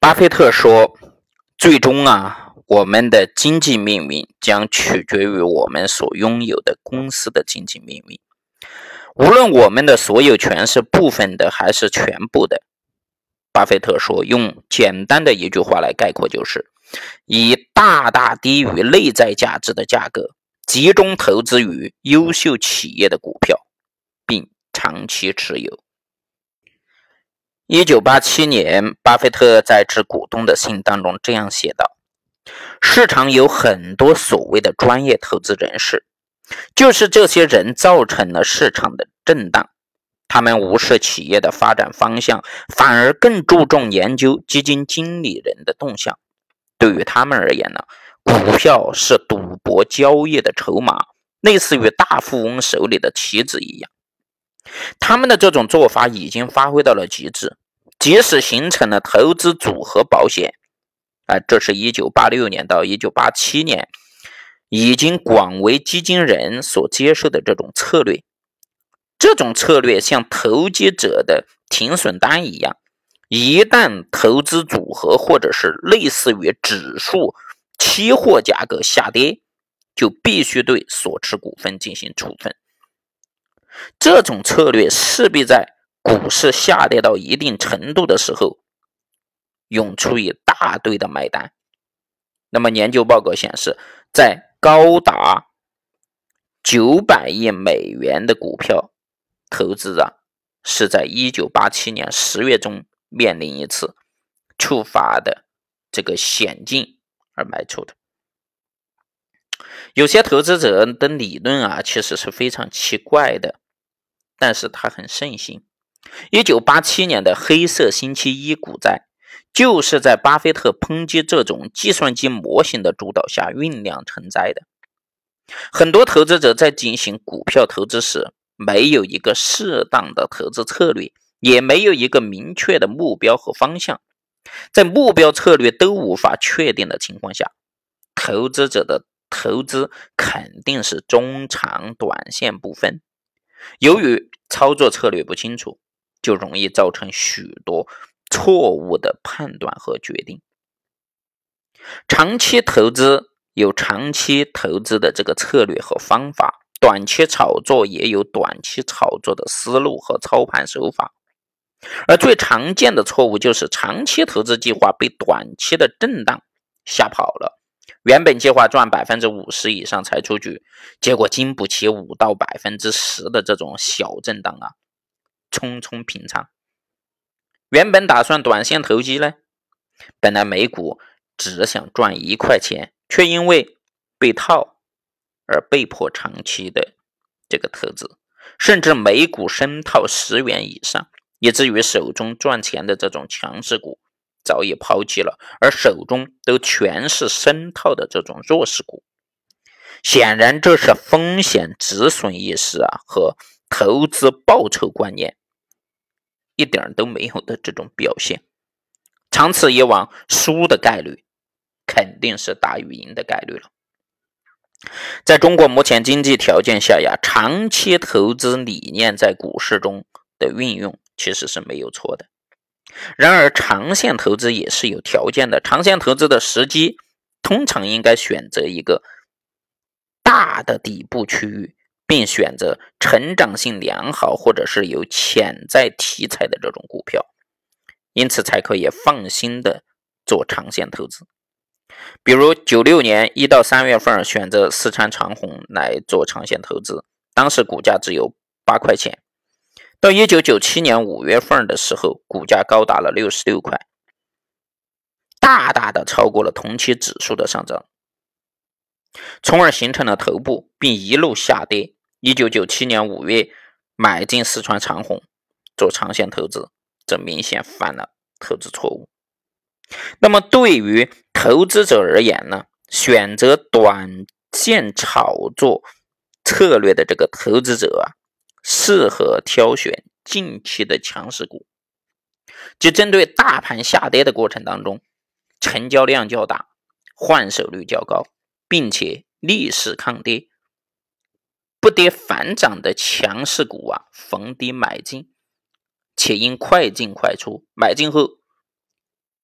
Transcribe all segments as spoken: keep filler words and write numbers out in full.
巴菲特说，最终啊，我们的经济命运将取决于我们所拥有的公司的经济命运。无论我们的所有权是部分的还是全部的，巴菲特说，用简单的一句话来概括，就是以大大低于内在价值的价格集中投资于优秀企业的股票，并长期持有。一九八七年，巴菲特在致股东的信当中这样写道：市场有很多所谓的专业投资人士，就是这些人造成了市场的震荡。他们无视企业的发展方向，反而更注重研究基金经理人的动向。对于他们而言呢，股票是赌博交易的筹码，类似于大富翁手里的棋子一样。他们的这种做法已经发挥到了极致，即使形成了投资组合保险，啊，这是一九八六年到一九八七年已经广为基金人所接受的这种策略。这种策略像投机者的停损单一样，一旦投资组合或者是类似于指数期货价格下跌，就必须对所持股份进行处分。这种策略势必在股市下跌到一定程度的时候涌出一大堆的买单。那么研究报告显示，在高达九百亿美元的股票投资啊，是在一九八七年十月中面临一次触发的这个险境而卖出的。有些投资者的理论啊，其实是非常奇怪的，但是他很盛行。一九八七年的黑色星期一股灾，就是在巴菲特抨击这种计算机模型的主导下酝酿成灾的。很多投资者在进行股票投资时，没有一个适当的投资策略，也没有一个明确的目标和方向。在目标策略都无法确定的情况下，投资者的投资肯定是中长短线不分。由于操作策略不清楚，就容易造成许多错误的判断和决定。长期投资有长期投资的这个策略和方法，短期炒作也有短期炒作的思路和操盘手法。而最常见的错误就是长期投资计划被短期的震荡吓跑了。原本计划赚 百分之五十 以上才出局，结果经不起五到百分之十 的这种小震荡啊，匆匆平仓。原本打算短线投机呢，本来每股只想赚一块钱，却因为被套而被迫长期的这个投资，甚至每股深套十元以上，以至于手中赚钱的这种强势股早已抛弃了，而手中都全是深套的这种弱势股。显然这是风险止损意识啊和投资报酬观念一点都没有的这种表现。长此以往，输的概率肯定是大于赢的概率了。在中国目前经济条件下呀，长期投资理念在股市中的运用其实是没有错的。然而长线投资也是有条件的，长线投资的时机通常应该选择一个大的底部区域，并选择成长性良好或者是有潜在题材的这种股票，因此才可以放心的做长线投资。比如九六年一到三月份选择四川长虹来做长线投资，当时股价只有八块钱，到一九九七年五月份的时候，股价高达了六十六块，大大的超过了同期指数的上涨，从而形成了头部，并一路下跌。一九九七年五月买进四川长虹做长线投资，这明显犯了投资错误。那么对于投资者而言呢，选择短线炒作策略的这个投资者啊，适合挑选近期的强势股，即针对大盘下跌的过程当中，成交量较大，换手率较高，并且逆势抗跌，不跌反涨的强势股啊，逢低买进，且应快进快出。买进后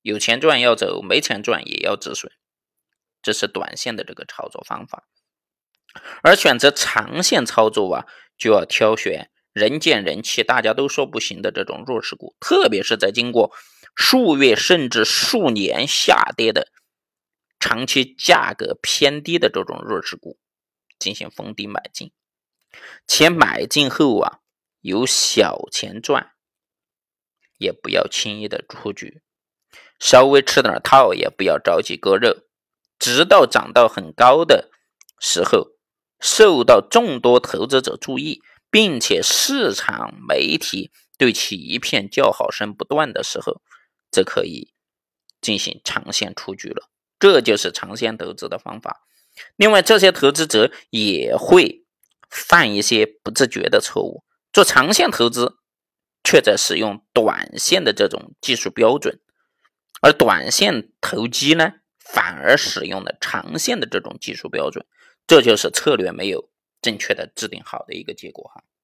有钱赚要走，没钱赚也要止损，这是短线的这个操作方法。而选择长线操作啊，就要挑选人见人气大家都说不行的这种弱势股，特别是在经过数月甚至数年下跌的长期价格偏低的这种弱势股进行逢低买进，且买进后啊有小钱赚，也不要轻易的出局，稍微吃点套也不要着急割肉，直到涨到很高的时候受到众多投资者注意，并且市场媒体对其一片叫好声不断的时候，则可以进行长线出局了。这就是长线投资的方法。另外，这些投资者也会犯一些不自觉的错误，做长线投资却在使用短线的这种技术标准，而短线投机呢，反而使用了长线的这种技术标准，这就是策略没有正确的制定好的一个结果哈。